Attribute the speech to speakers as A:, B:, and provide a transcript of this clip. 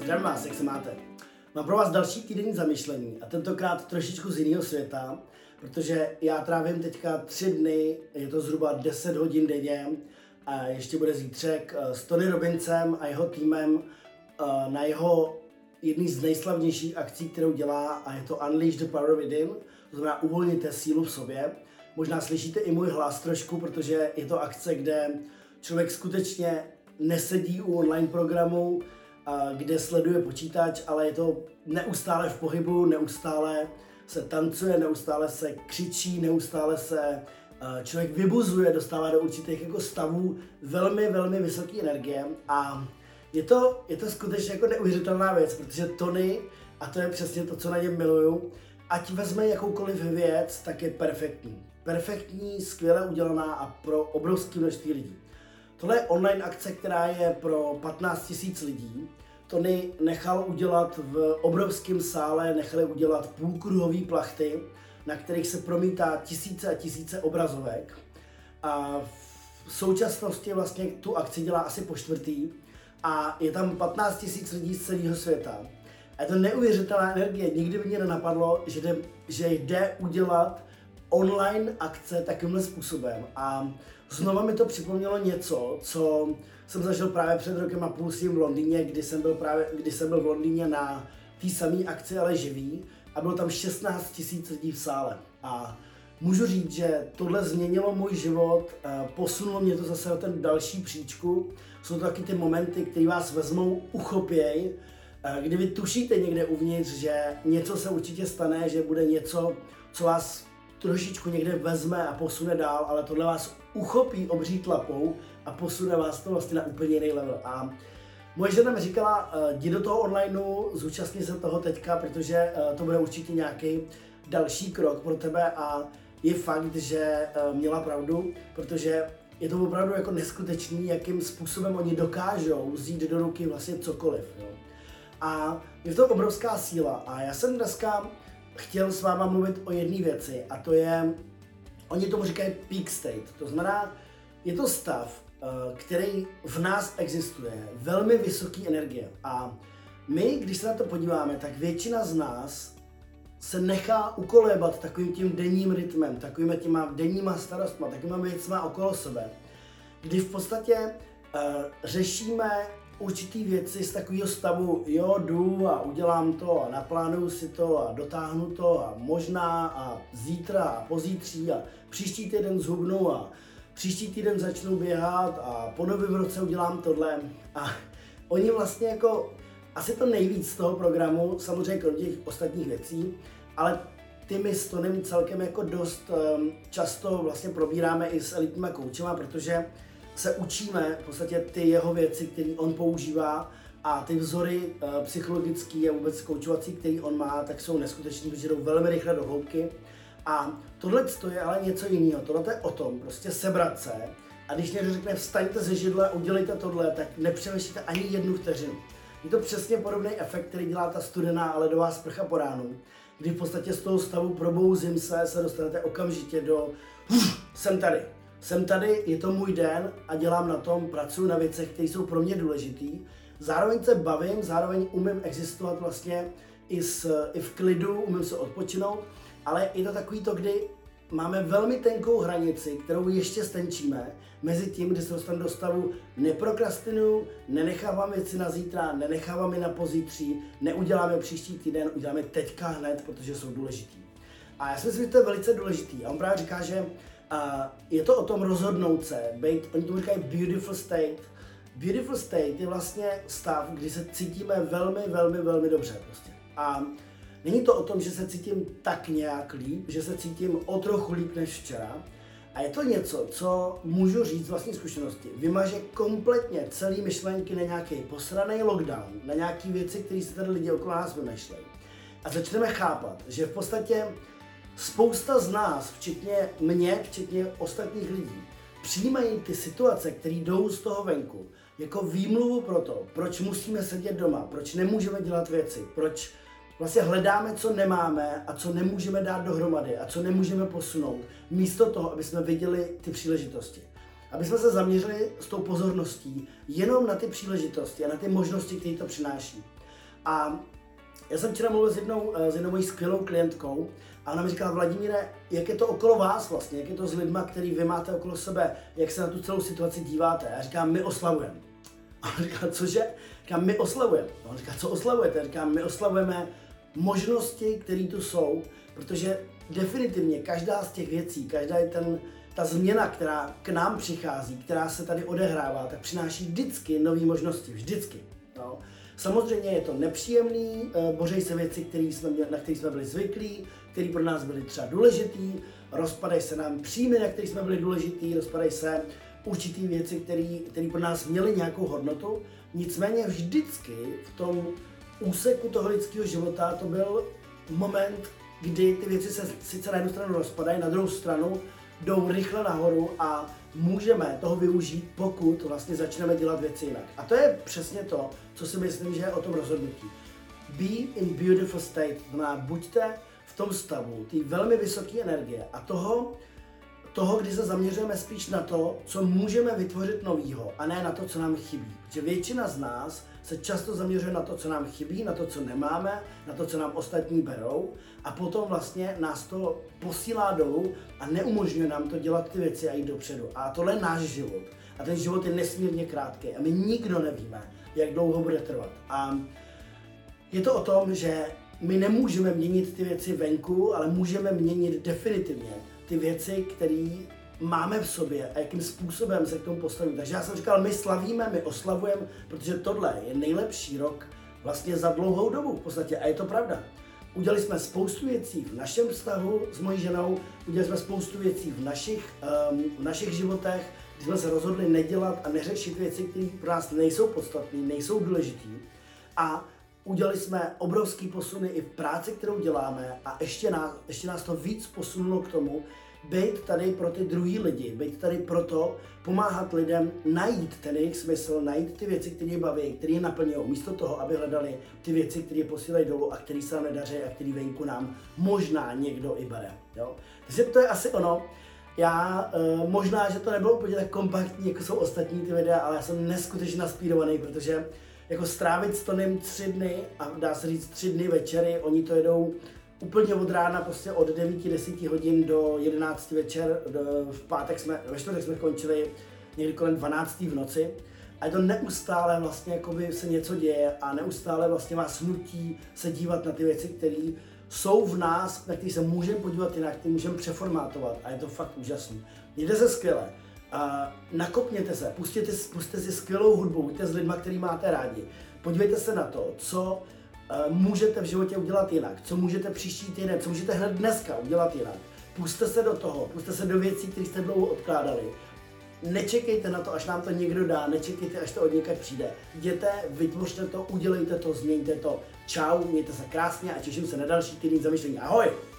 A: Zdravím vás, jak se máte? Mám pro vás další týdenní zamyšlení a tentokrát trošičku z jiného světa, protože já trávím teďka 3 dny, je to zhruba 10 hodin denně a ještě bude zítřek s Tony Robbinsem a jeho týmem na jeho jedný z nejslavnějších akcí, kterou dělá, a je to Unleash the Power Within, to znamená uvolněte sílu v sobě. Možná slyšíte i můj hlas trošku, protože je to akce, kde člověk skutečně nesedí u online programu, kde sleduje počítač, ale je to neustále v pohybu, neustále se tancuje, neustále se křičí, neustále se člověk vybuzuje, dostává do určitých jako stavů velmi, velmi vysoké energie a je to skutečně jako neuvěřitelná věc, protože Tony, a to je přesně to, co na něm miluju, ať vezme jakoukoliv věc, tak je perfektní. Perfektní, skvěle udělaná a pro obrovské množství lidí. Tohle je online akce, která je pro 15 000 lidí. Tony nechal udělat v obrovském sále, nechali udělat půlkruhové plachty, na kterých se promítá tisíce a tisíce obrazovek. A v současnosti vlastně tu akci dělá asi po 4. a je tam 15 000 lidí z celého světa. A je to neuvěřitelná energie. Nikdy by mě nenapadlo, že jde udělat online akce takovýmhle způsobem. A znova mi to připomnělo něco, co jsem zažil právě před 1,5 rokem v Londýně, kdy jsem byl v Londýně na té samé akci, ale živý, a bylo tam 16 000 lidí v sále. A můžu říct, že tohle změnilo můj život, posunulo mě to zase na ten další příčku. Jsou to taky ty momenty, které vás vezmou, uchopěj, kdy vy tušíte někde uvnitř, že něco se určitě stane, že bude něco, co vás trošičku někde vezme a posune dál, ale tohle vás uchopí obří tlapou a posune vás to vlastně na úplně jiný level. A moje žena mi říkala, jdi do toho onlineu, zúčastni se toho teďka, protože to bude určitě nějaký další krok pro tebe, a je fakt, že měla pravdu, protože je to opravdu jako neskutečný, jakým způsobem oni dokážou vzít do ruky vlastně cokoliv. Jo. A je to obrovská síla a já jsem dneska chtěl s váma mluvit o jedné věci, a to je, oni tomu říkají peak state, to znamená, je to stav, který v nás existuje, velmi vysoké energie, a my, když se na to podíváme, tak většina z nás se nechá ukolébat takovým tím denním rytmem, takovými těma denníma starostma, takovýma věcma okolo sebe, kdy v podstatě řešíme určitý věci z takového stavu, jo, jdu a udělám to a naplánuju si to a dotáhnu to a možná a zítra a pozítří a příští týden zhubnu a příští týden začnu běhat a po novém roce udělám tohle. A oni vlastně jako asi to nejvíc z toho programu, samozřejmě krom těch ostatních věcí, ale ty my s Tonym celkem jako dost často vlastně probíráme i s elitníma koučema, protože se učíme v podstatě ty jeho věci, které on používá, a ty vzory psychologické a vůbec koučovací, které on má, tak jsou neskutečný, protože jdou velmi rychle do hloubky. A tohle je ale něco jiného. Tohle je o tom, prostě sebrat se, a když někdo řekne vstaňte ze židle, udělejte tohle, tak nepřemýšlíte ani 1 vteřinu. Je to přesně podobný efekt, který dělá ta studená a ledová sprcha po ránu, kdy v podstatě z toho stavu probouzím se dostanete okamžitě do jsem tady, je to můj den a dělám na tom, pracuji na věcech, které jsou pro mě důležitý. Zároveň se bavím, zároveň umím existovat vlastně i v klidu, umím se odpočinout, ale je to takový to, kdy máme velmi tenkou hranici, kterou ještě stenčíme, mezi tím, kdy se dostanu do stavu neprokrastinuju, nenechávám věci na zítra, nenechávám je na pozítří, neuděláme příští týden, uděláme teďka hned, protože jsou důležitý. A já si myslím, že to je velice důležitý. A on právě říká, že je to o tom rozhodnout se, oni tomu říkají beautiful state. Beautiful state je vlastně stav, kdy se cítíme velmi, velmi, velmi dobře prostě. A není to o tom, že se cítím tak nějak líp, že se cítím o trochu líp než včera. A je to něco, co můžu říct z vlastní zkušenosti. Vymaže kompletně celý myšlenky na nějaký posraný lockdown, na nějaké věci, které si tady lidi okolo nás vymýšlejí. A začneme chápat, že v podstatě spousta z nás, včetně mě, včetně ostatních lidí, přijímají ty situace, které jdou z toho venku, jako výmluvu pro to, proč musíme sedět doma, proč nemůžeme dělat věci, proč vlastně hledáme, co nemáme a co nemůžeme dát dohromady a co nemůžeme posunout, místo toho, aby jsme viděli ty příležitosti. Aby jsme se zaměřili s tou pozorností jenom na ty příležitosti a na ty možnosti, které to přináší. A já jsem včera mluvil s jednou mojí skvělou klientkou a ona mi říkala: Vladimíre, jak je to okolo vás vlastně, jak je to s lidma, který vy máte okolo sebe, jak se na tu celou situaci díváte? Já říkám: my oslavujeme. A on říká: cože? Říkám: my oslavujeme. A on říká: co oslavujete? Říkám: my oslavujeme možnosti, které tu jsou, protože definitivně každá z těch věcí, ta změna, která k nám přichází, která se tady odehrává, tak přináší vždycky nové možnosti, vždycky. No. Samozřejmě je to nepříjemný, boří se věci, na které jsme byli zvyklí, které pro nás byly třeba důležitý, rozpadají se nám příjmy, na které jsme byli důležitý, rozpadají se určitý věci, které pro nás měly nějakou hodnotu. Nicméně vždycky v tom úseku toho lidského života to byl moment, kdy ty věci se sice na jednu stranu rozpadají, na druhou stranu jdou rychle nahoru a můžeme toho využít, pokud vlastně začneme dělat věci jinak. A to je přesně to, co si myslím, že je o tom rozhodnutí. Be in beautiful state, znamená buďte v tom stavu té velmi vysoké energie a toho, kdy se zaměřujeme spíš na to, co můžeme vytvořit novýho a ne na to, co nám chybí. Protože většina z nás se často zaměřuje na to, co nám chybí, na to, co nemáme, na to, co nám ostatní berou a potom vlastně nás to posílá dolů a neumožňuje nám to dělat ty věci a jít dopředu. A tohle je náš život. A ten život je nesmírně krátký a my nikdo nevíme, jak dlouho bude trvat. A je to o tom, že my nemůžeme měnit ty věci venku, ale můžeme měnit definitivně ty věci, které máme v sobě a jakým způsobem se k tomu postavíme. Takže já jsem říkal, my slavíme, my oslavujeme, protože tohle je nejlepší rok vlastně za dlouhou dobu v podstatě a je to pravda. Udělali jsme spoustu věcí v našem vztahu s mojí ženou, udělali jsme spoustu věcí v našich životech, kdy jsme se rozhodli nedělat a neřešit věci, které pro nás nejsou podstatné, nejsou důležité. A udělali jsme obrovský posuny i v práci, kterou děláme a ještě nás to víc posunulo k tomu, být tady pro ty druhý lidi, být tady proto, pomáhat lidem najít ten jejich smysl, najít ty věci, které je baví, které je naplňují, místo toho, aby hledali ty věci, které je posílají dolů a které se nám nedaří a které venku nám možná někdo i bere. Jo? Takže to je asi ono. Já možná, že to nebylo úplně tak kompaktní, jako jsou ostatní ty videa, ale já jsem neskutečně naspírovaný, protože jako strávit s Tonym 3 dny a dá se říct 3 dny večery, oni to jedou úplně od rána, prostě od 9-10 hodin do 11 večer, ve čtvrtek jsme končili někdy kolem 12 v noci a je to neustále vlastně jakoby se něco děje a neustále vlastně vás nutí se dívat na ty věci, které jsou v nás, na které se můžeme podívat jinak, které můžeme přeformátovat a je to fakt úžasný. Mějte se skvěle. Nakopněte se, pusťte si skvělou hudbu, buďte s lidma, který máte rádi. Podívejte se na to, co můžete v životě udělat jinak, co můžete příští týden, co můžete hned dneska udělat jinak. Pusťte se do toho, pusťte se do věcí, které jste dlouho odkládali. Nečekejte na to, až nám to někdo dá, nečekejte, až to od někud přijde. Jděte, vytvořte to, udělejte to, změňte to. Čau, mějte se krásně a těším se na další týden zamyšlení. Ahoj!